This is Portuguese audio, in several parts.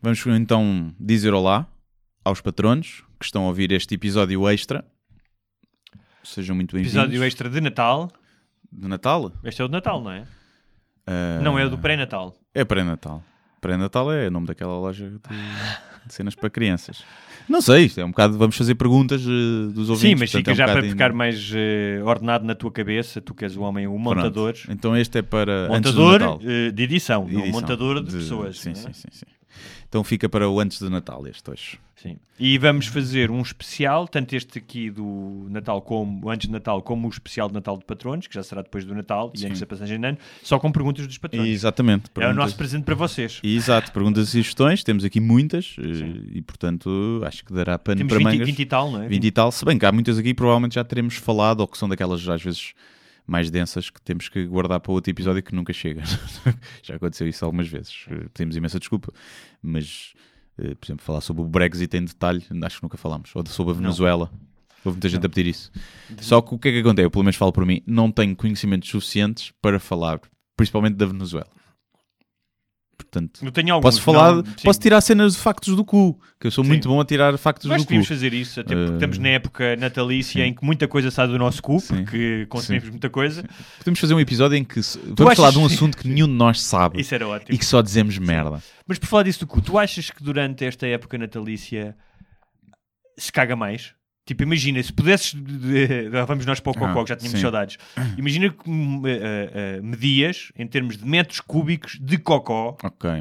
Vamos então dizer olá aos patronos que estão a ouvir este episódio extra. Sejam muito bem-vindos. Episódio extra de Natal. De Natal? Este é o de Natal, não é? Não, é o do pré-Natal. É pré-Natal. Pré-Natal é o nome daquela loja de cenas para crianças. Não sei, isto é um bocado... Vamos fazer perguntas dos ouvintes. Sim, mas fica já para bocado ficar mais ordenado na tua cabeça. Tu que és o homem, o montador. Pronto. Então este é para montador antes do Natal. De edição, não montador de pessoas. Sim, é? sim. Então fica para o antes do Natal este hoje. Sim. E vamos fazer um especial, tanto este aqui do Natal como antes do Natal, como o especial de Natal de patronos, que já será depois do Natal e antes da passagem de ano, só com perguntas dos patronos. Exatamente. É o nosso presente para vocês. Exato, perguntas e sugestões, temos aqui muitas e portanto acho que dará pano temos para 20, mangas. 20 e tal, não é? 20 e tal, se bem que há muitas aqui provavelmente já teremos falado, ou que são daquelas às vezes mais densas que temos que guardar para outro episódio que nunca chega. Já aconteceu isso algumas vezes. Pedimos imensa desculpa, mas por exemplo, falar sobre o Brexit em detalhe, acho que nunca falámos. Ou sobre a Venezuela. Houve muita gente a pedir isso. Só que o que é que acontece? Eu pelo menos falo por mim, não tenho conhecimentos suficientes para falar, principalmente da Venezuela. Portanto, eu tenho alguns, posso falar, posso tirar cenas de factos do cu, que eu sou muito bom a tirar factos do cu. Nós devíamos fazer isso, até porque estamos na época natalícia em que muita coisa sai do nosso cu, porque consumimos muita coisa. Podemos fazer um episódio em que vamos falar de um assunto que nenhum de nós sabe. Isso era ótimo. E que só dizemos merda. Mas por falar disso do cu, tu achas que durante esta época natalícia se caga mais? Tipo, imagina, se pudesses... Vamos nós para o cocó, que já tínhamos saudades. Imagina que medias, em termos de metros cúbicos de cocó. Ok.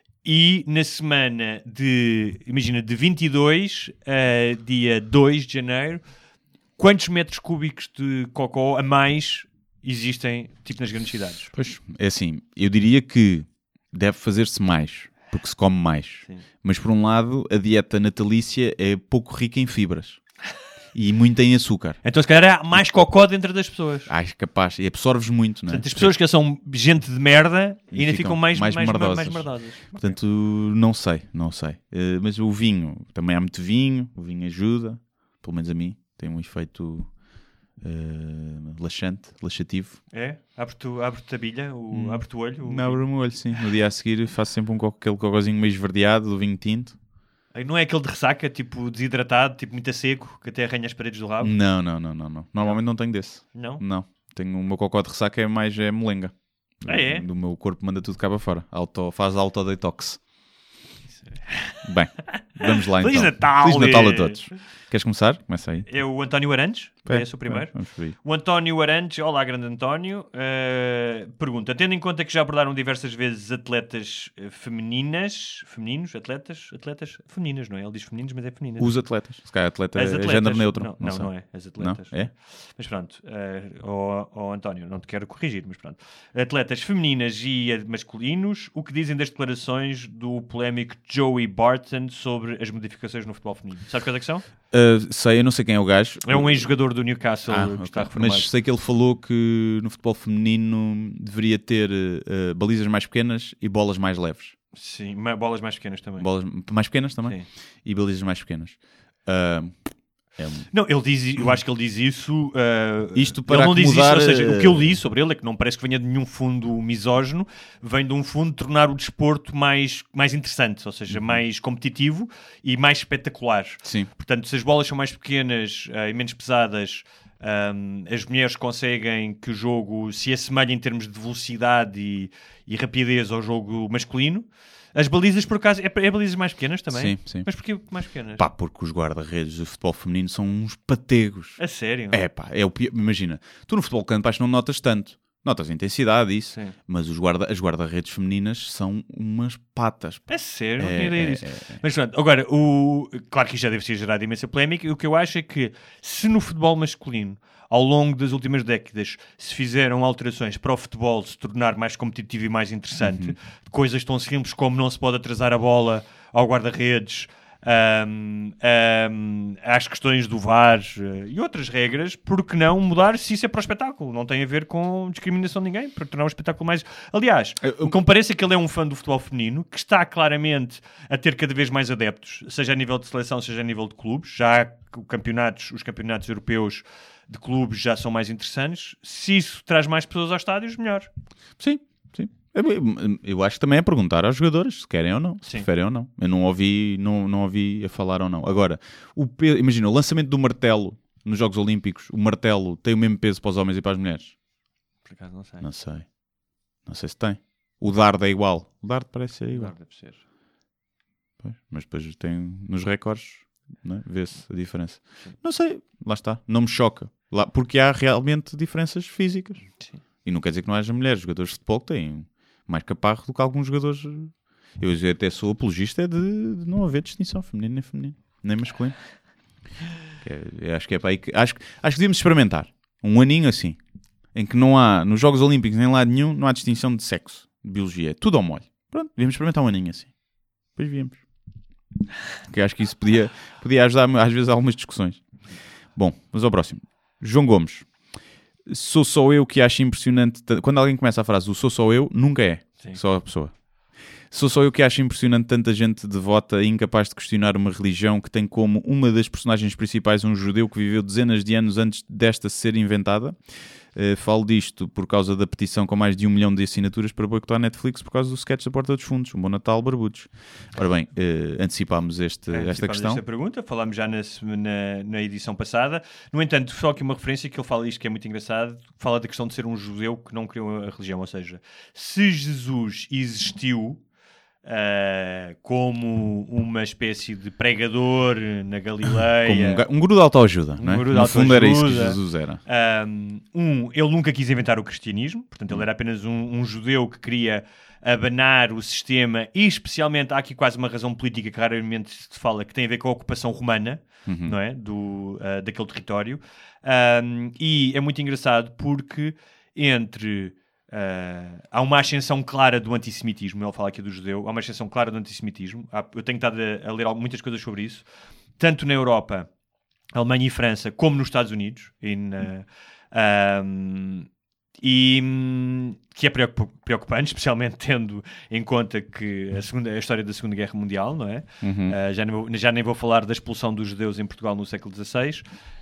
E na semana de... Imagina, de 22 a dia 2 de janeiro, quantos metros cúbicos de cocó a mais existem, tipo, nas grandes cidades? Pois, é assim, eu diria que deve fazer-se mais, porque se come mais. Sim. Mas, por um lado, a dieta natalícia é pouco rica em fibras. E muito em açúcar. Então, se calhar, há mais cocó dentro das pessoas. Capaz. E absorves muito, não é? Portanto, as pessoas que são gente de merda ainda ficam mais merdosas. Portanto, não sei. Mas o vinho, também há muito vinho. O vinho ajuda, pelo menos a mim. Tem um efeito laxativo. É? Abre-te a bilha? Abre-te o olho? Abre-me o olho, sim. No dia a seguir faço sempre aquele cocôzinho meio esverdeado do vinho tinto. Não é aquele de ressaca, tipo desidratado, tipo muito a seco, que até arranha as paredes do rabo? Não. Normalmente não tenho desse. Não? Não. O meu cocó de ressaca é mais molenga. É? Do meu corpo manda tudo cá para fora. Faz auto-detox. Bem, vamos lá então. Feliz Natal! Feliz Natal a todos. Queres começar? Começa aí. É o António Arantes, é esse o primeiro. O António Arantes, olá grande António, pergunta, tendo em conta que já abordaram diversas vezes atletas femininas, atletas femininas, não é? Ele diz femininos, mas é femininas. Os atletas. Se calhar atleta é género neutro. Não é. As atletas. Não? É? Mas pronto, António, não te quero corrigir, mas pronto. Atletas femininas e masculinos, o que dizem das declarações do polémico Joey Barton sobre as modificações no futebol feminino? Sabes quais é que são? Sei, eu não sei quem é o gajo. É um ex-jogador do Newcastle que está reformado. Mas sei que ele falou que no futebol feminino deveria ter balizas mais pequenas e bolas mais leves. Sim, bolas mais pequenas também. Bolas mais pequenas também? Sim. E balizas mais pequenas. Não, eu acho que ele diz isso. Isto para ele não diz isso, acomodar, ou seja, o que eu li sobre ele é que não parece que venha de nenhum fundo misógino, vem de um fundo de tornar o desporto mais interessante, ou seja, mais competitivo e mais espetacular. Sim. Portanto, se as bolas são mais pequenas e menos pesadas, as mulheres conseguem que o jogo se assemelhe em termos de velocidade e rapidez ao jogo masculino. As balizas, por acaso, é balizas mais pequenas também? Sim. Mas porquê mais pequenas? Pá, porque os guarda-redes do futebol feminino são uns pategos. A sério? É o pior. Imagina, tu no futebol campo não notas tanto. Notas a intensidade, isso. Sim. Mas as guarda-redes femininas são umas patas. É sério? Não tinha ideia disso. Mas pronto, agora, claro que isto já deve ser gerado imensa polémica. O que eu acho é que se no futebol masculino, ao longo das últimas décadas, se fizeram alterações para o futebol se tornar mais competitivo e mais interessante, coisas tão simples como não se pode atrasar a bola ao guarda-redes, às questões do VAR e outras regras, por que não mudar se isso é para o espetáculo? Não tem a ver com discriminação de ninguém, para tornar o espetáculo mais... Aliás, o que me parece é que ele é um fã do futebol feminino, que está claramente a ter cada vez mais adeptos, seja a nível de seleção, seja a nível de clubes. Já há os campeonatos europeus de clubes já são mais interessantes. Se isso traz mais pessoas aos estádios, melhor. Sim. Eu acho que também é perguntar aos jogadores se querem ou não, se Sim. preferem ou não. Eu não ouvi a falar ou não. Agora, imagina, o lançamento do martelo nos Jogos Olímpicos, o martelo tem o mesmo peso para os homens e para as mulheres? Por acaso não sei. Não sei se tem. O dardo é igual. O dardo parece ser igual. Deve ser. Pois, mas depois tem nos recordes, né? Vê-se a diferença. Sim. Não sei, lá está. Não me choca. Porque há realmente diferenças físicas. Sim. E não quer dizer que não haja mulheres. Jogadores de futebol que têm mais caparro do que alguns jogadores. Eu até sou apologista de não haver distinção feminina nem feminina, nem masculino. Eu acho que é para aí que acho que devíamos experimentar um aninho assim, em que não há nos Jogos Olímpicos nem lado nenhum, não há distinção de sexo, de biologia, é tudo ao molho. Pronto, devíamos experimentar um aninho assim. Depois víamos. Porque acho que isso podia ajudar às vezes a algumas discussões. Bom, vamos ao próximo. João Gomes. Sou só eu que acho impressionante. Quando alguém começa a frase o sou só eu, nunca é. Sim. Só a pessoa. Sou só eu que acho impressionante tanta gente devota e incapaz de questionar uma religião que tem como uma das personagens principais um judeu que viveu dezenas de anos antes desta ser inventada. Falo disto por causa da petição com mais de 1 milhão de assinaturas para boicotar a Netflix por causa do sketch da Porta dos Fundos. Um bom Natal, barbudos. Ora bem, antecipámos esta questão. Esta pergunta, falámos já na edição passada. No entanto, só aqui uma referência que ele fala isto que é muito engraçado. Fala da questão de ser um judeu que não criou a religião. Ou seja, se Jesus existiu como uma espécie de pregador na Galileia, Como um guru de autoajuda, não é? guru de No fundo era isso que autoajuda. Jesus era. Ele nunca quis inventar o cristianismo, portanto ele era apenas um judeu que queria abanar o sistema, e especialmente há aqui quase uma razão política que raramente se fala, que tem a ver com a ocupação romana, não é? Daquele território. E é muito engraçado porque há uma ascensão clara do antissemitismo. Ele fala aqui do judeu. Há uma ascensão clara do antissemitismo. Eu tenho estado a ler muitas coisas sobre isso, tanto na Europa, Alemanha e França, como nos Estados Unidos, e que é preocupante, especialmente tendo em conta que a história da Segunda Guerra Mundial, não é? Já nem vou falar da expulsão dos judeus em Portugal no século XVI.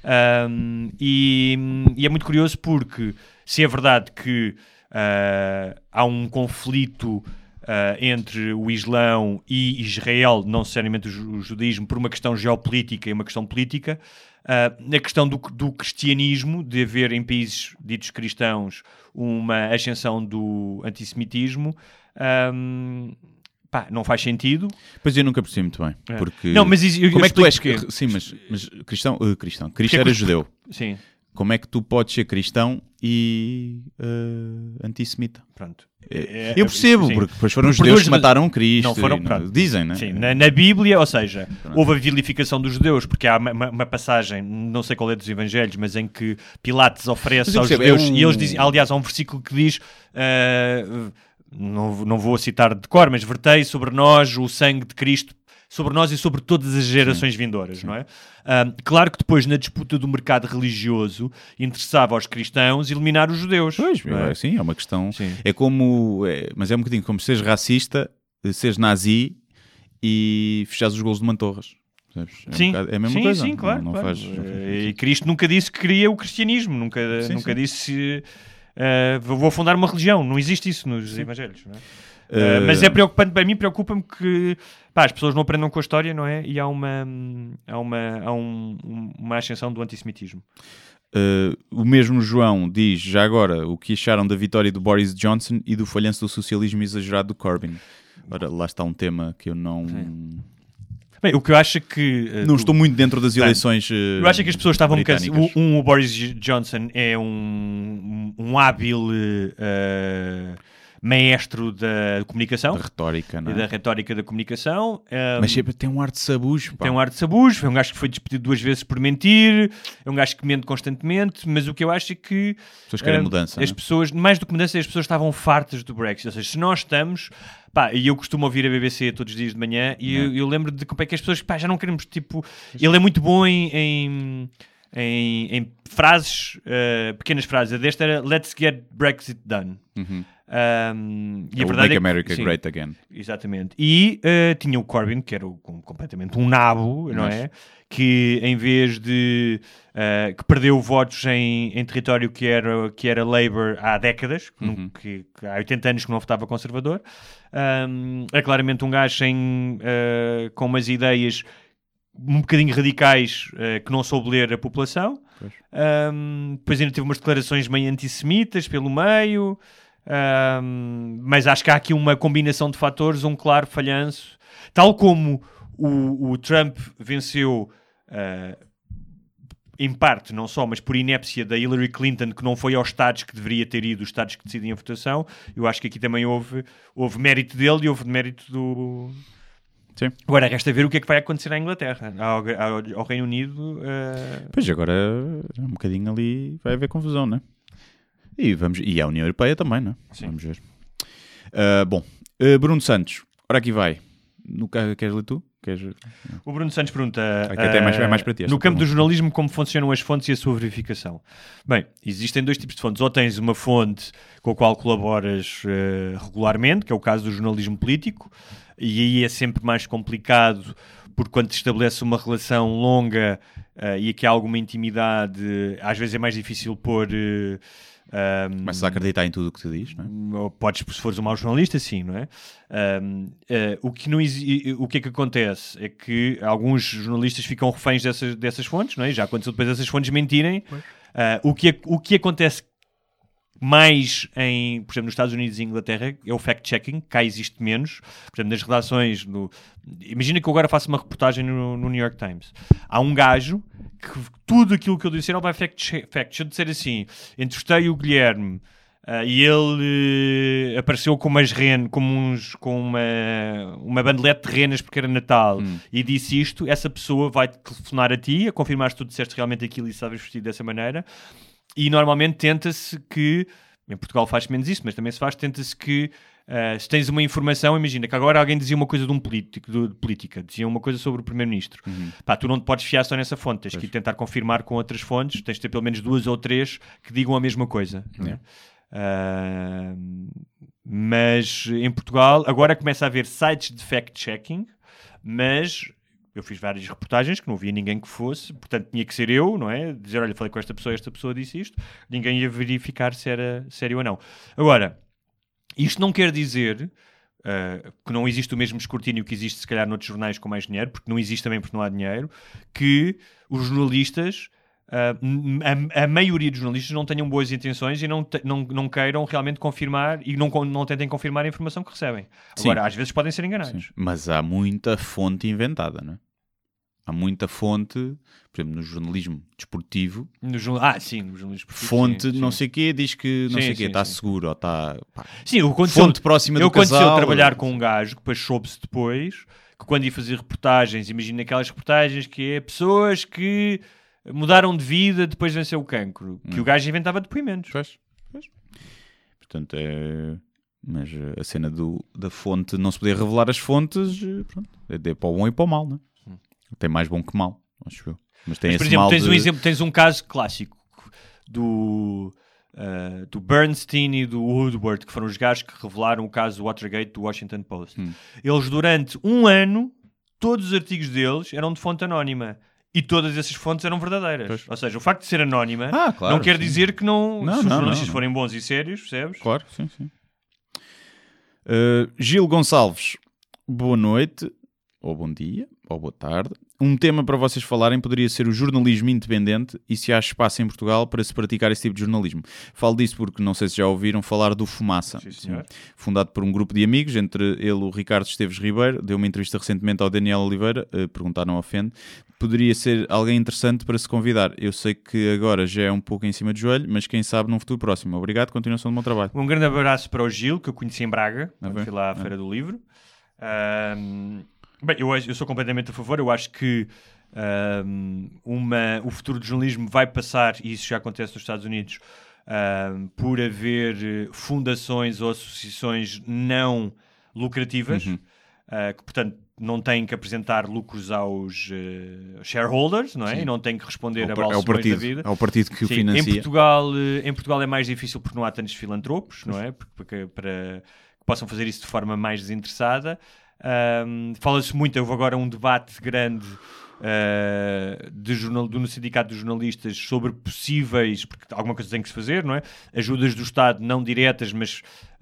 E é muito curioso porque, se é verdade que há um conflito entre o Islão e Israel, não necessariamente o judaísmo, por uma questão geopolítica e uma questão política, a questão do cristianismo, de haver em países ditos cristãos uma ascensão do antissemitismo, não faz sentido. Pois eu nunca percebi muito bem. Porque... Não, mas como é que tu és... que... Sim, mas cristão. Cristo era judeu. Sim. Como é que tu podes ser cristão e antissemita? Pronto. Eu percebo, porque depois foram os judeus que mataram Cristo. Não foram, dizem, né? Sim, na Bíblia, ou seja, houve a vilificação dos judeus, porque há uma passagem, não sei qual é dos Evangelhos, mas em que Pilatos oferece aos judeus, e eles dizem, aliás, há um versículo que diz, não vou citar de cor, mas vertei sobre nós o sangue de Cristo, sobre nós e sobre todas as gerações vindouras, não é? Claro que depois, na disputa do mercado religioso, interessava aos cristãos eliminar os judeus. Pois, sim, é uma questão... Sim. É como... mas é um bocadinho como seres racista, seres nazi e fechares os golos de Mantorras. Sim, é a mesma coisa. Sim, claro. Não claro. Faz... E Cristo nunca disse que queria o cristianismo, nunca disse vou fundar uma religião. Não existe isso nos Evangelhos, não é? Mas é preocupante, para mim preocupa-me que as pessoas não aprendam com a história, não é? E há uma ascensão do antissemitismo. O mesmo João diz, já agora, o que acharam da vitória do Boris Johnson e do falhanço do socialismo exagerado do Corbyn. Ora, lá está um tema que eu não... Bem, o que eu acho é que... não estou muito dentro das eleições eu acho que as pessoas estavam um bocadinho... O Boris Johnson é um hábil... maestro da comunicação. Da retórica, não é? Da retórica da comunicação. Mas sempre tem um ar de sabujo. Tem um ar de sabujo. É um gajo que foi despedido 2 vezes por mentir. É um gajo que mente constantemente. Mas o que eu acho é que... As pessoas querem mudança, as pessoas, mais do que mudança, as pessoas estavam fartas do Brexit. Ou seja, se nós estamos... e eu costumo ouvir a BBC todos os dias de manhã e eu lembro de como é que as pessoas... já não queremos, tipo... Ele é muito bom em em frases, pequenas frases. Desta era "Let's get Brexit done". E a verdade Make America Great Again. Exatamente. E tinha o Corbyn, que era completamente um nabo, não é? Que em vez de... que perdeu votos em território que era Labour há décadas, que há 80 anos que não votava conservador. É claramente um gajo com umas ideias um bocadinho radicais, que não soube ler a população. Depois ainda teve umas declarações meio antissemitas pelo meio... mas acho que há aqui uma combinação de fatores, um claro falhanço, tal como o Trump venceu em parte, não só, mas por inépcia da Hillary Clinton, que não foi aos estados que deveria ter ido, os estados que decidem a votação. Eu acho que aqui também houve mérito dele e houve mérito do... Sim. Agora resta ver o que é que vai acontecer à Inglaterra, ao Reino Unido. Pois agora um bocadinho ali vai haver confusão, não é? E a União Europeia também, não é? Sim. Vamos ver. Bruno Santos, ora aqui vai. Queres ler tu? O Bruno Santos pergunta... Aqui até é mais para ti. No campo do jornalismo, como funcionam as fontes e a sua verificação? Bem, existem dois tipos de fontes. Ou tens uma fonte com a qual colaboras regularmente, que é o caso do jornalismo político, e aí é sempre mais complicado, porque quando te estabelece uma relação longa e aqui há alguma intimidade, às vezes é mais difícil pôr... Começas a acreditar em tudo o que te diz, não é? Podes, se fores um mau jornalista, sim, não é? O que é que acontece é que alguns jornalistas ficam reféns dessas fontes, não é? Já aconteceu depois dessas fontes mentirem. O que acontece mais por exemplo, nos Estados Unidos e Inglaterra é o fact-checking, cá existe menos. Por exemplo, nas redações... Imagina que eu agora faço uma reportagem no New York Times. Há um gajo que tudo aquilo que eu disser ele vai fact-check. Se eu disser assim, entrevistei o Guilherme e ele apareceu com uma bandelete de renas porque era Natal e disse isto, essa pessoa vai telefonar a ti a confirmar se tu disseste realmente aquilo e sabes vestir dessa maneira. E normalmente tenta-se que, em Portugal faz menos isso, mas também tenta-se que se tens uma informação, imagina que agora alguém dizia uma coisa de política, dizia uma coisa sobre o Primeiro-Ministro. Tu não te podes fiar só nessa fonte, tens que ir tentar confirmar com outras fontes, tens de ter pelo menos 2 ou 3 que digam a mesma coisa. Mas em Portugal agora começa a haver sites de fact-checking, mas... Eu fiz várias reportagens que não havia ninguém que fosse, portanto tinha que ser eu, não é? Dizer, olha, falei com esta pessoa disse isto. Ninguém ia verificar se era sério ou não. Agora, isto não quer dizer que não existe o mesmo escrutínio que existe, se calhar, noutros jornais com mais dinheiro, porque não existe também porque não há dinheiro, que os jornalistas, a maioria dos jornalistas não tenham boas intenções e não queiram realmente confirmar e não tentem confirmar a informação que recebem. Agora, às vezes podem ser enganados. Sim. Mas há muita fonte inventada, não é? Há muita fonte, por exemplo, no jornalismo desportivo. No jornalismo desportivo. Fonte, não sei o quê, diz que não sei o quê, está seguro ou está... Sim, fonte próxima do casal. Aconteceu trabalhar com um gajo que depois soube-se depois que quando ia fazer reportagens, imagina aquelas reportagens que é pessoas que mudaram de vida depois de vencer o cancro, que o gajo inventava depoimentos. Pois. Portanto, mas a cena da fonte, não se poder revelar as fontes, pronto, é para o bom e para o mal, não é? Tem mais bom que mal, acho eu. Mas tem por exemplo, tens um caso clássico do Bernstein e do Woodward, que foram os gajos que revelaram o caso Watergate do Washington Post. Eles, durante um ano, todos os artigos deles eram de fonte anónima. E todas essas fontes eram verdadeiras. Pois. Ou seja, o facto de ser anónima não quer dizer que se os jornalistas forem bons e sérios, percebes? Claro, sim. Gil Gonçalves, boa noite, ou bom dia, ou boa tarde. Um tema para vocês falarem poderia ser o jornalismo independente e se há espaço em Portugal para se praticar esse tipo de jornalismo. Falo disso porque não sei se já ouviram falar do Fumaça. Sim. Fundado por um grupo de amigos, entre ele o Ricardo Esteves Ribeiro, deu uma entrevista recentemente ao Daniel Oliveira, perguntar não ofende. Poderia ser alguém interessante para se convidar. Eu sei que agora já é um pouco em cima do joelho, mas quem sabe num futuro próximo. Obrigado, continuação do meu trabalho. Um grande abraço para o Gil, que eu conheci em Braga, quando fui lá à Feira do Livro. Bem, eu sou completamente a favor. Eu acho que o futuro do jornalismo vai passar, e isso já acontece nos Estados Unidos, por haver fundações ou associações não lucrativas. que, portanto, não têm que apresentar lucros aos shareholders, não é? Sim. E não têm que responder a É o balsões partido, da vida. é o partido que o Sim, financia. Em Portugal é mais difícil porque não há tantos filantropos, não é? Porque para que possam fazer isso de forma mais desinteressada. Fala-se muito, houve agora um debate grande do Sindicato dos Jornalistas sobre possíveis, porque alguma coisa tem que se fazer, não é? Ajudas do Estado, não diretas, mas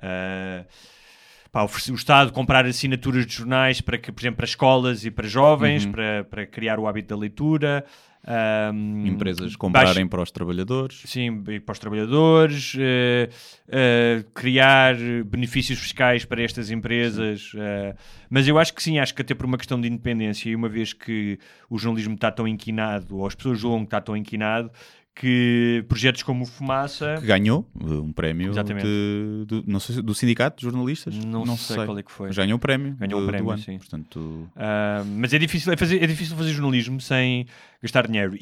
o Estado comprar assinaturas de jornais para que, por exemplo, para escolas e para jovens, para criar o hábito da leitura. Empresas comprarem para os trabalhadores. Sim, para os trabalhadores, criar benefícios fiscais para estas empresas. Mas eu acho que sim, acho que até por uma questão de independência, e uma vez que o jornalismo está tão inquinado, ou as pessoas julgam que está tão inquinado, que projetos como o Fumaça... Que ganhou um prémio não sei, do Sindicato de Jornalistas. Não sei qual é que foi. Ganhou um prémio. Ganhou um prémio, do ano. sim. Portanto... mas é difícil fazer jornalismo sem gastar dinheiro.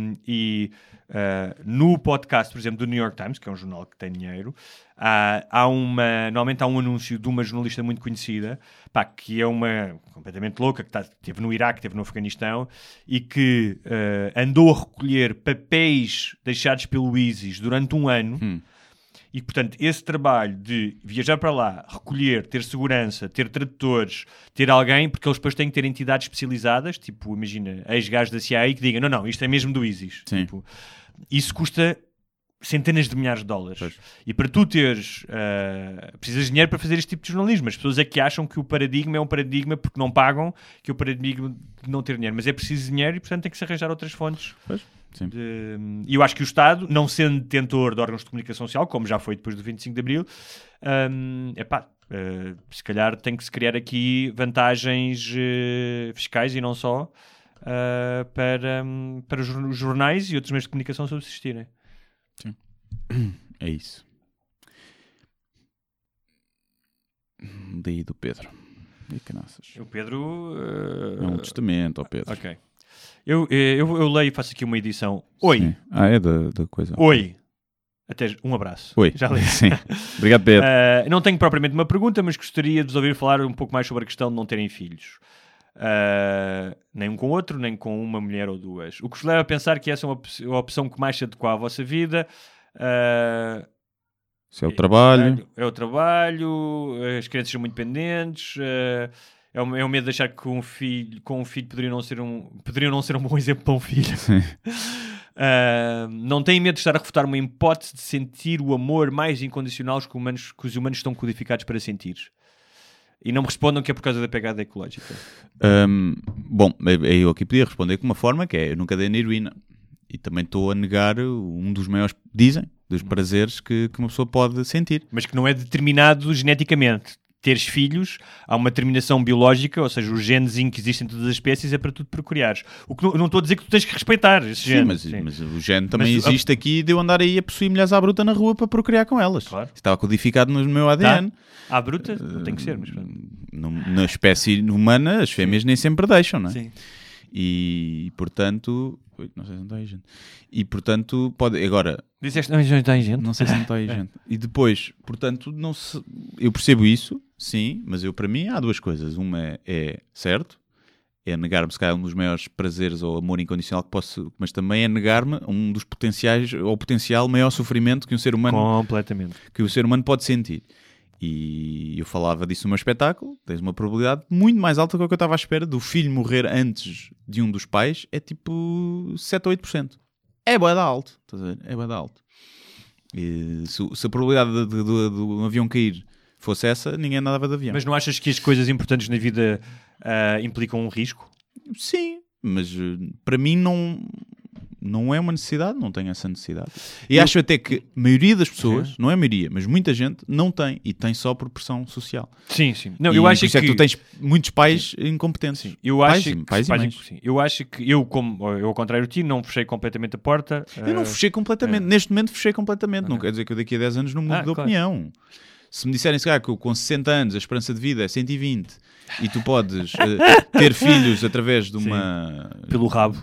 No podcast, por exemplo, do New York Times, que é um jornal que tem dinheiro, normalmente há um anúncio de uma jornalista muito conhecida, que é uma completamente louca, que esteve no Iraque, esteve no Afeganistão, e que andou a recolher papéis deixados pelo ISIS durante um ano. E, portanto, esse trabalho de viajar para lá, recolher, ter segurança, ter tradutores, ter alguém, porque eles depois têm que ter entidades especializadas, tipo, imagina, ex-gajos da CIA que digam, não, isto é mesmo do ISIS. Tipo, isso custa centenas de milhares de dólares. Pois. E para tu teres... precisas de dinheiro para fazer este tipo de jornalismo. As pessoas é que acham que o paradigma é um paradigma porque não pagam, que é o paradigma de não ter dinheiro. Mas é preciso dinheiro e, portanto, tem que se arranjar outras fontes. Pois. E eu acho que o Estado, não sendo detentor de órgãos de comunicação social, como já foi depois do 25 de Abril, se calhar tem que se criar aqui vantagens fiscais e não só para os jornais e outros meios de comunicação subsistirem. Sim. É isso. Daí do Pedro. E canaças. O Pedro... É um testamento ao Pedro. Ok. Eu leio e faço aqui uma edição. Oi. Sim. É da coisa. Oi. Até um abraço. Oi. Já li. Sim. Obrigado, Pedro. Não tenho propriamente uma pergunta, mas gostaria de vos ouvir falar um pouco mais sobre a questão de não terem filhos. Nem um com o outro, nem com uma mulher ou duas. O que vos leva a pensar que essa é a opção que mais se adequa à vossa vida. Se é o trabalho. É o trabalho, as crianças são muito dependentes... É o medo de achar que com um filho poderiam não ser um bom exemplo para um filho. Não têm medo de estar a refutar uma hipótese de sentir o amor mais incondicional que os humanos estão codificados para sentir. E não me respondam que é por causa da pegada ecológica. Bom, eu aqui podia responder com uma forma que é: eu nunca dei na heroína. E também estou a negar um dos maiores, dizem, dos prazeres que uma pessoa pode sentir. Mas que não é determinado geneticamente. Teres filhos, há uma determinação biológica, ou seja, o genezinho que existe em todas as espécies é para tu te procriares. O que não estou a dizer que tu tens que respeitar esse gene. Mas o gene também existe aqui de eu andar aí a possuir mulheres à bruta na rua para procriar com elas. Claro. Estava codificado no meu ADN. À bruta? Não tem que ser, mas... Na espécie humana, as fêmeas nem sempre deixam, não é? Sim. E, portanto... Não sei se não está aí gente. E, portanto, pode... Agora... Disseste não está aí gente? Não sei se não está aí gente. E depois, portanto, eu percebo isso, sim, mas para mim há duas coisas. Uma é certo, é negar-me se calhar um dos maiores prazeres ou amor incondicional que posso, mas também é negar-me um dos potenciais, ou potencial maior sofrimento que um ser humano... Completamente. Que o ser humano pode sentir. E eu falava disso no meu espetáculo. Tens uma probabilidade muito mais alta do que eu estava à espera do filho morrer antes de um dos pais. É tipo 7 ou 8%. É bué da alto. Estás a ver? É bué da alto. E se a probabilidade de um avião cair fosse essa, ninguém andava de avião. Mas não achas que as coisas importantes na vida implicam um risco? Sim, mas para mim não é uma necessidade, não tenho essa necessidade. E acho até que a maioria das pessoas, não é a maioria, mas muita gente não tem, e tem só por pressão social. Sim, sim. Não, eu acho que tu tens muitos pais incompetentes. Sim. Eu acho que eu, ao contrário de ti, não fechei completamente a porta. Eu não fechei completamente. Neste momento fechei completamente. Não quer dizer que eu daqui a 10 anos não mudo de opinião. Se me disserem que eu com 60 anos a esperança de vida é 120 e tu podes ter filhos através de uma... Pelo rabo.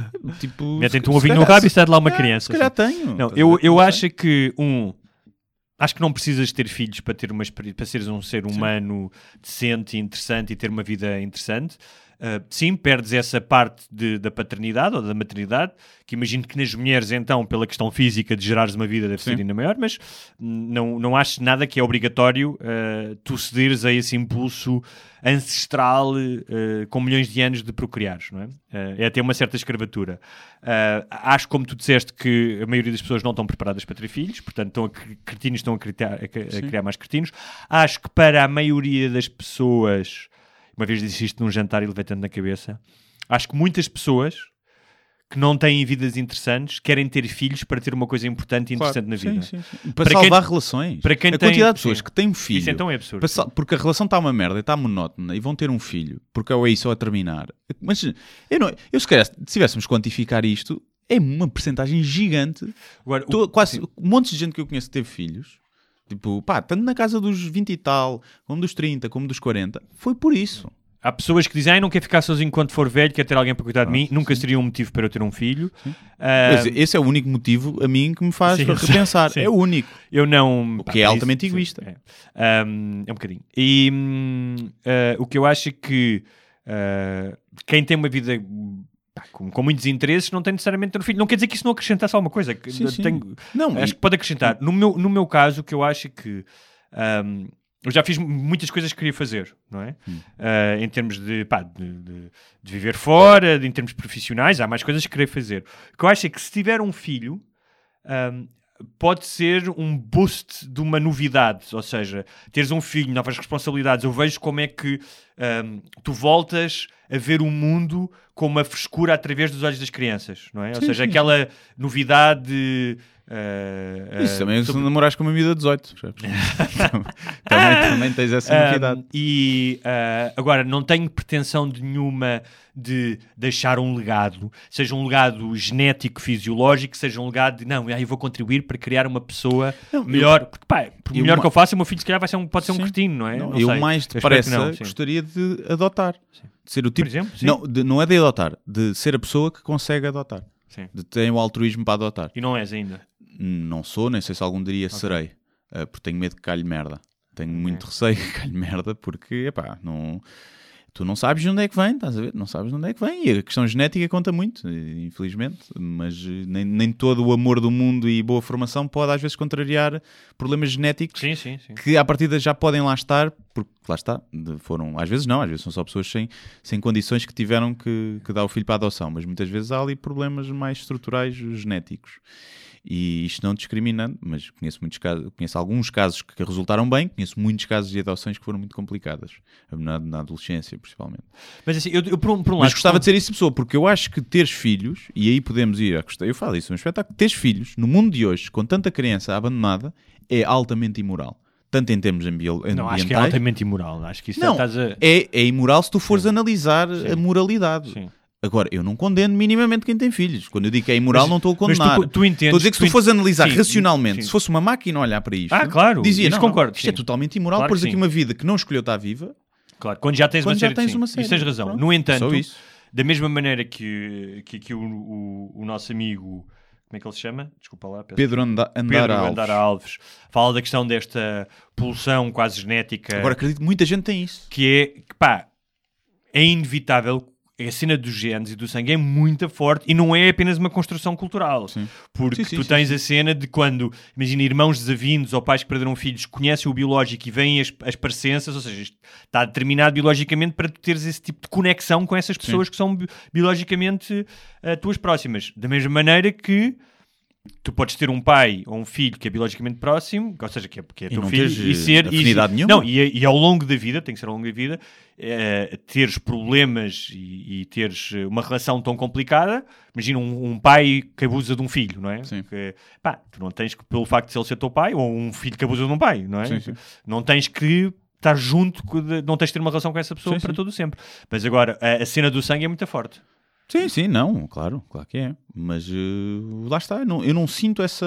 Tipo... Metem-te um ovinho no rabo e sai de lá uma criança. Se calhar tenho. Não, eu acho que Acho que não precisas ter filhos para seres um ser humano decente, interessante e ter uma vida interessante. Sim, perdes essa parte da paternidade ou da maternidade, que imagino que nas mulheres, então, pela questão física de gerares uma vida, deve ser ainda maior, mas não acho nada que é obrigatório tu cederes a esse impulso ancestral com milhões de anos de procriares, não é? É até uma certa escravatura. Acho, como tu disseste, que a maioria das pessoas não estão preparadas para ter filhos, portanto, cretinos estão a criar mais cretinos. Acho que para a maioria das pessoas... Uma vez disse isto num jantar e levei tanto na cabeça. Acho que muitas pessoas que não têm vidas interessantes querem ter filhos para ter uma coisa importante e interessante na vida. Sim. Para salvar relações. Para quem a quantidade de pessoas que têm um filho... Isso então é absurdo. Porque a relação está uma merda e está monótona e vão ter um filho, porque é isso ou a terminar. Mas eu se calhar, se tivéssemos quantificar isto, é uma percentagem gigante. Agora, quase um monte de gente que eu conheço que teve filhos... Tipo, tanto na casa dos 20 e tal, como dos 30, como dos 40, foi por isso. Há pessoas que dizem, não quero ficar sozinho quando for velho, quero ter alguém para cuidar de mim. Nunca seria um motivo para eu ter um filho. Esse é o único motivo a mim que me faz repensar. É o único. Eu não... O que é altamente egoísta. É um bocadinho. E o que eu acho é que quem tem uma vida... Com muitos interesses, não tem necessariamente ter um filho. Não quer dizer que isso não acrescentasse alguma coisa. Acho que pode acrescentar. No meu caso, o que eu acho é que eu já fiz muitas coisas que queria fazer, não é? Em termos de viver fora, em termos profissionais, há mais coisas que queria fazer. O que eu acho é que se tiver um filho... pode ser um boost de uma novidade, ou seja, teres um filho, novas responsabilidades. Eu vejo como é que tu voltas a ver o mundo com uma frescura através dos olhos das crianças, não é? Ou seja, aquela novidade... Isso também se namorares com uma miúda de 18. também tens essa novidade. Agora, não tenho pretensão nenhuma de deixar um legado, seja um legado genético, fisiológico, seja um legado de, eu vou contribuir para criar uma pessoa melhor. Porque, por melhor que eu faça, o meu filho, se calhar, pode ser um cretino, não é? Eu mais depressa gostaria de adotar. De ser o tipo... Por exemplo? Não é de adotar, de ser a pessoa que consegue adotar. Sim. De ter o altruísmo para adotar. E não és ainda? Não sou, nem sei se algum dia serei. Porque tenho medo que calhe merda. Tenho muito receio que calhe merda, porque, tu não sabes de onde é que vem, estás a ver? Não sabes de onde é que vem. E a questão genética conta muito, infelizmente. Mas nem todo o amor do mundo e boa formação pode, às vezes, contrariar problemas genéticos que, à partida, já podem lá estar, porque lá está, às vezes são só pessoas sem condições que tiveram que dar o filho para a adoção. Mas muitas vezes há ali problemas mais estruturais genéticos. E isto não discriminando, mas conheço alguns casos que resultaram bem, conheço muitos casos de adoções que foram muito complicadas, na adolescência principalmente. Mas assim, eu por um lado... Mas gostava de ser isso, pessoa, porque eu acho que teres filhos, e aí podemos ir, eu falo isso no espetáculo, teres filhos, no mundo de hoje, com tanta criança abandonada, é altamente imoral. Tanto em termos ambientais... Não, acho que é altamente imoral. Acho que isso é imoral se tu fores analisar a moralidade. Sim. Agora, eu não condeno minimamente quem tem filhos. Quando eu digo que é imoral, não estou a condenar. Tu entendes, estou a dizer que se tu fores analisar racionalmente, se fosse uma máquina a olhar para isto, claro, dizia, concordo, isto é totalmente imoral, claro pôs aqui uma vida que não escolheu estar viva. Claro, quando já tens uma série. Isso tens razão. Pronto. No entanto, da mesma maneira que o nosso amigo... Como é que ele se chama? Desculpa lá. Pedro Andara Alves. Fala da questão desta pulsão quase genética. Agora, acredito que muita gente tem isso. Que é inevitável... A cena dos genes e do sangue é muito forte e não é apenas uma construção cultural. Sim. Porque tu tens a cena de quando, imagina, irmãos desavindos ou pais que perderam filhos conhecem o biológico e veem as parecenças, ou seja, está determinado biologicamente para tu teres esse tipo de conexão com essas pessoas que são biologicamente tuas próximas. Da mesma maneira que tu podes ter um pai ou um filho que é biologicamente próximo, ou seja, que é teu filho, e ser afinidade nenhuma. Não, e ao longo da vida, tem que ser ao longo da vida, teres problemas e teres uma relação tão complicada. Imagina um pai que abusa de um filho, não é? Sim. Que, tu não tens que, pelo facto de ele ser teu pai, ou um filho que abusa de um pai, não é? Sim. Não tens que estar junto, não tens de ter uma relação com essa pessoa para todo sempre. Mas agora, a cena do sangue é muito forte. Sim, não, claro que é. Mas lá está, eu não sinto essa...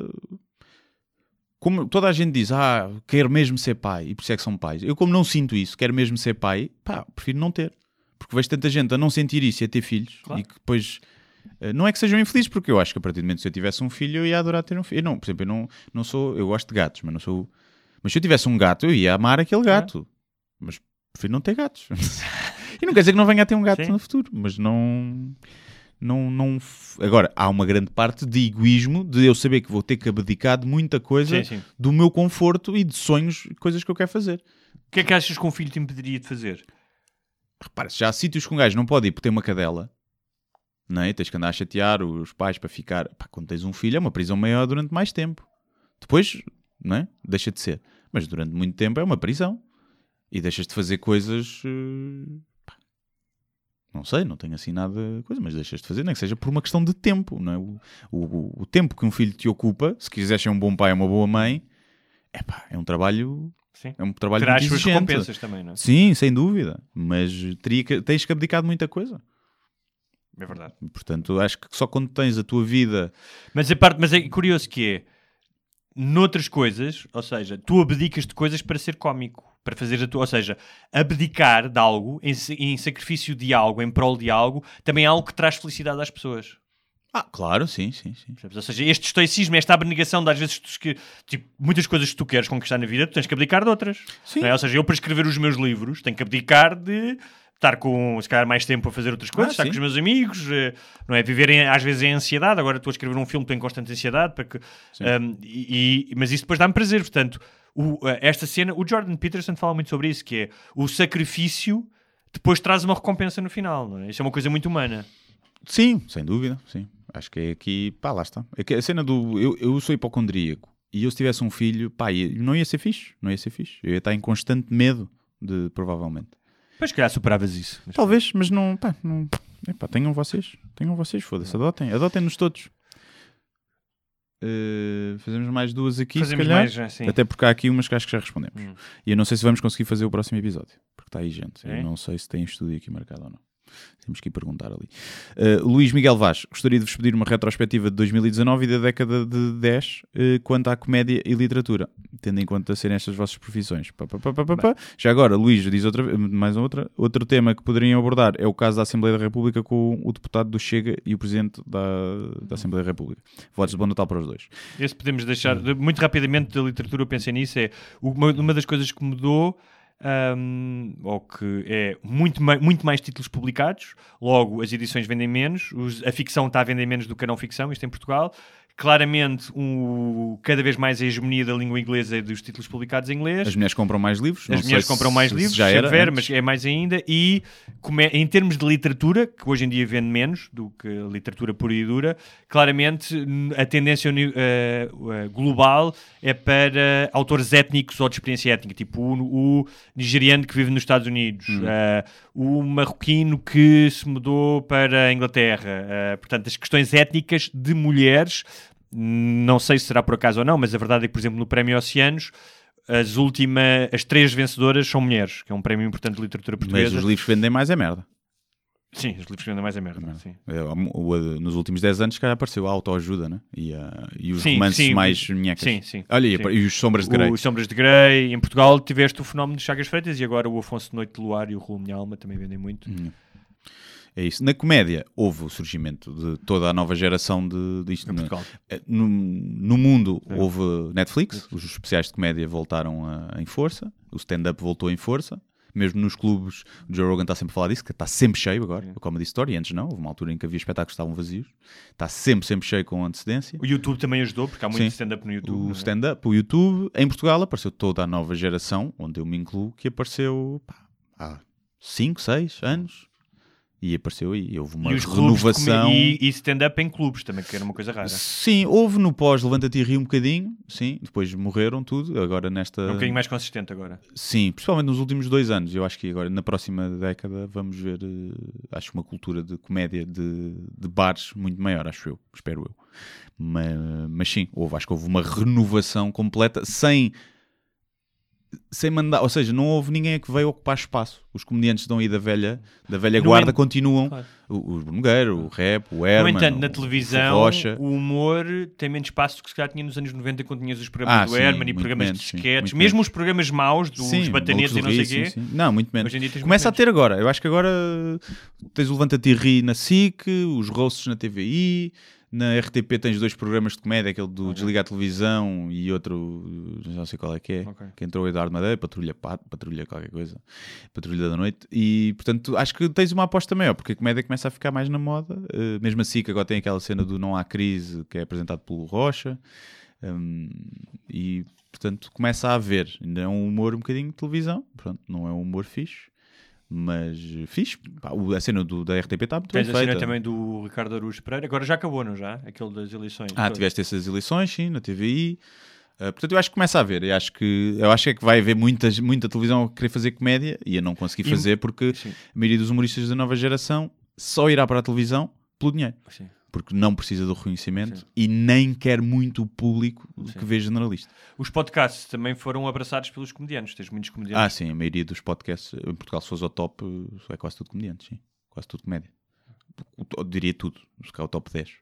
Como toda a gente diz, quero mesmo ser pai, e por isso é que são pais. Eu, como não sinto isso, quero mesmo ser pai, prefiro não ter. Porque vejo tanta gente a não sentir isso e a ter filhos, e que depois Não é que sejam infelizes, porque eu acho que a partir do momento que se eu tivesse um filho, eu ia adorar ter um filho. Não, por exemplo, eu gosto de gatos, mas não sou... Mas se eu tivesse um gato, eu ia amar aquele gato. Mas prefiro não ter gatos. E não quer dizer que não venha a ter um gato no futuro, mas não... Agora, há uma grande parte de egoísmo, de eu saber que vou ter que abdicar de muita coisa do meu conforto e de sonhos, coisas que eu quero fazer. O que é que achas que um filho te impediria de fazer? Repara, se já há sítios que um gajo não pode ir por ter uma cadela, não é? Tens que andar a chatear os pais para ficar... Pá, quando tens um filho é uma prisão maior durante mais tempo. Depois, não é? Deixa de ser. Mas durante muito tempo é uma prisão. E deixas de fazer coisas... Não sei, não tenho assim nada coisa, mas deixas de fazer, nem que seja por uma questão de tempo, não é? O tempo que um filho te ocupa, se quiseres ser um bom pai ou uma boa mãe, é um trabalho... Sim. É um trabalho terás muito suas exigente. recompensas também, não é? Sim, sem dúvida. Mas tens que abdicar de muita coisa. É verdade. Portanto, acho que só quando tens a tua vida... Mas é curioso que é, noutras coisas, ou seja, tu abdicas de coisas para ser cómico, para fazer a tua... Ou seja, abdicar de algo, em sacrifício de algo, em prol de algo, também é algo que traz felicidade às pessoas. Claro, sim. Ou seja, este estoicismo, esta abnegação de às vezes muitas coisas que tu queres conquistar na vida, tu tens que abdicar de outras. Não é? Ou seja, eu para escrever os meus livros tenho que abdicar de estar com, se calhar, mais tempo a fazer outras coisas, estar com os meus amigos, não é? Viver às vezes em ansiedade. Agora estou a escrever um filme, estou em constante ansiedade, mas isso depois dá-me prazer. Portanto, esta cena, o Jordan Peterson fala muito sobre isso, que é o sacrifício depois traz uma recompensa no final, não é? Isso é uma coisa muito humana. Sim, sem dúvida, sim. Acho que é aqui, lá está. É que a cena do... Eu sou hipocondríaco e eu se tivesse um filho, não ia ser fixe. Eu ia estar em constante medo provavelmente. Pois, se calhar superavas isso. Talvez, mas não... tenham vocês, foda-se. Adotem-nos todos. Fazemos mais duas aqui, se calhar. Até porque há aqui umas que acho que já respondemos. E eu não sei se vamos conseguir fazer o próximo episódio, porque está aí gente. Eu não sei se tem estúdio aqui marcado ou não. Temos que ir perguntar ali. Luís Miguel Vaz, gostaria de vos pedir uma retrospectiva de 2019 e da década de 10 quanto à comédia e literatura, tendo em conta serem estas vossas profissões. Já agora, Luís diz outro tema que poderiam abordar é o caso da Assembleia da República com o deputado do Chega e o presidente da Assembleia da República. Votos de bom Natal para os dois. Esse podemos deixar, muito rapidamente, da literatura eu pensei nisso, é uma das coisas que mudou, ou que é muito mais títulos publicados, logo as edições vendem menos, a ficção está a vender menos do que a não ficção, isto em Portugal. Claramente, cada vez mais a hegemonia da língua inglesa e dos títulos publicados em inglês. As mulheres compram mais livros. As mulheres compram mais livros, já era, mas é mais ainda. E em termos de literatura, que hoje em dia vende menos do que a literatura pura e dura, claramente a tendência global é para autores étnicos ou de experiência étnica, tipo o nigeriano que vive nos Estados Unidos, o marroquino que se mudou para a Inglaterra. Portanto, as questões étnicas de mulheres, não sei se será por acaso ou não, mas a verdade é que, por exemplo, no Prémio Oceanos, as 3 vencedoras são mulheres, que é um prémio importante de literatura portuguesa. Mas os livros que vendem mais é merda. Sim, os livros que vendem mais é merda. Sim. Nos últimos 10 anos, cara, apareceu a autoajuda, né? E os romances mais nhecas. Sim. Olha, e os Sombras de Grey. Os Sombras de Grey. Em Portugal tiveste o fenómeno de Chagas Freitas e agora o Afonso de Noite de Luar e o Rolo Minha Alma também vendem muito. É isso. Na comédia houve o surgimento de toda a nova geração disto. Em Portugal. No mundo houve Netflix, os especiais de comédia voltaram em força, o stand-up voltou em força, mesmo nos clubes, o Joe Rogan está sempre a falar disso, que está sempre cheio agora, o Comedy Story, antes não, houve uma altura em que havia espetáculos que estavam vazios, está sempre cheio com antecedência. O YouTube também ajudou, porque há muito stand-up no YouTube. O stand-up, o YouTube, em Portugal apareceu toda a nova geração, onde eu me incluo, que apareceu há 5, 6 anos. E apareceu aí, houve uma renovação. E stand-up em clubes também, que era uma coisa rara. Sim, houve no pós Levanta-te e Ri um bocadinho, sim, depois morreram tudo, agora nesta... É um bocadinho mais consistente agora. Sim, principalmente nos últimos 2 anos, eu acho que agora na próxima década vamos ver, acho uma cultura de comédia de bares muito maior, espero eu. Mas sim, acho que houve uma renovação completa, sem sem mandar, ou seja, não houve ninguém que veio ocupar espaço. Os comediantes estão aí da velha No guarda en- continuam. Claro. O Bruno Nogueira, o Rap, o No Herman, entanto, na o televisão, Rocha. o humor tem menos espaço do que se calhar tinha nos anos 90 quando tinhas os programas do sim, Herman e muito programas menos, de sim, sketches, muito mesmo menos. os programas maus, dos Sim, batanetes e não Malucos do sei o Rio, quê. sim. Não, muito menos. Hoje em dia tens Começa a muito ter agora. Eu acho que agora tens o Levanta-te e Ri na SIC, os roasts na TVI, na RTP tens 2 programas de comédia, aquele do Desliga a Televisão e outro, não sei qual é, que entrou o Eduardo Madeira, Patrulha qualquer coisa, Patrulha da Noite, e portanto acho que tens uma aposta maior, porque a comédia começa a ficar mais na moda, mesmo a SIC agora tem aquela cena do Não Há Crise, que é apresentado pelo Rocha, e portanto começa a haver, ainda é um humor um bocadinho de televisão, pronto, não é um humor fixe, mas fixe. Pá, a cena da RTP está muito bem Tens feita. a cena também do Ricardo Araújo Pereira, agora já acabou, não já? Aquele das eleições. Tiveste essas eleições, sim, na TVI. Portanto, eu acho que começa a haver. Eu acho que é que vai haver muita televisão a querer fazer comédia e a não conseguir fazer porque sim. a maioria dos humoristas da nova geração só irá para a televisão pelo dinheiro. Sim. Porque não precisa do reconhecimento Sim. e nem quer muito o público que vê generalista. Os podcasts também foram abraçados pelos comediantes. Tens muitos comediantes. Sim, a maioria dos podcasts em Portugal, se fores ao top, é quase tudo comediantes, sim. Quase tudo comédia. Eu diria tudo, se calhar o top 10.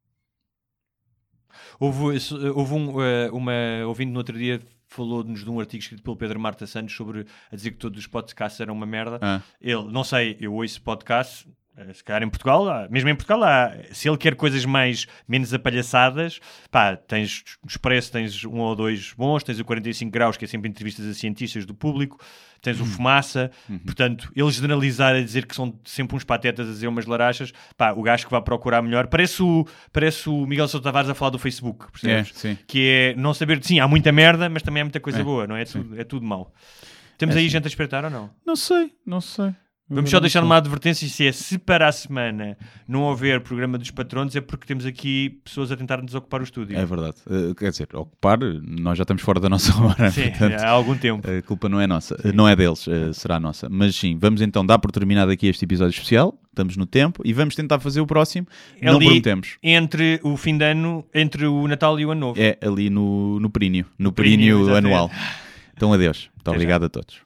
Houve uma ouvinte no outro dia falou-nos de um artigo escrito pelo Pedro Marta Santos sobre a dizer que todos os podcasts eram uma merda. Ele, não sei, eu ouço podcasts, se calhar em Portugal, mesmo em Portugal, se ele quer coisas menos apalhaçadas, tens o Expresso, tens 1 ou 2 bons, tens o 45 graus, que é sempre entrevistas a cientistas do público, tens o Fumaça, portanto, ele generalizar a dizer que são sempre uns patetas a dizer umas larachas, o gajo que vai procurar melhor, parece o Miguel Sousa Tavares a falar do Facebook, percebes? Que é não saber, sim, há muita merda, mas também há muita coisa boa, não é? É tudo mau. Temos aí gente a espreitar ou não? Não sei. Vamos só deixar uma advertência, se para a semana não houver programa dos patronos é porque temos aqui pessoas a tentar nos ocupar o estúdio. É verdade. Quer dizer, ocupar, nós já estamos fora da nossa hora. Sim, portanto, há algum tempo. A culpa não é nossa, não é deles, será nossa. Mas sim, vamos então dar por terminado aqui este episódio especial, estamos no tempo e vamos tentar fazer o próximo, não prometemos. Entre o fim de ano, entre o Natal e o Ano Novo. É ali no períneo anual. Então adeus, muito obrigado a todos.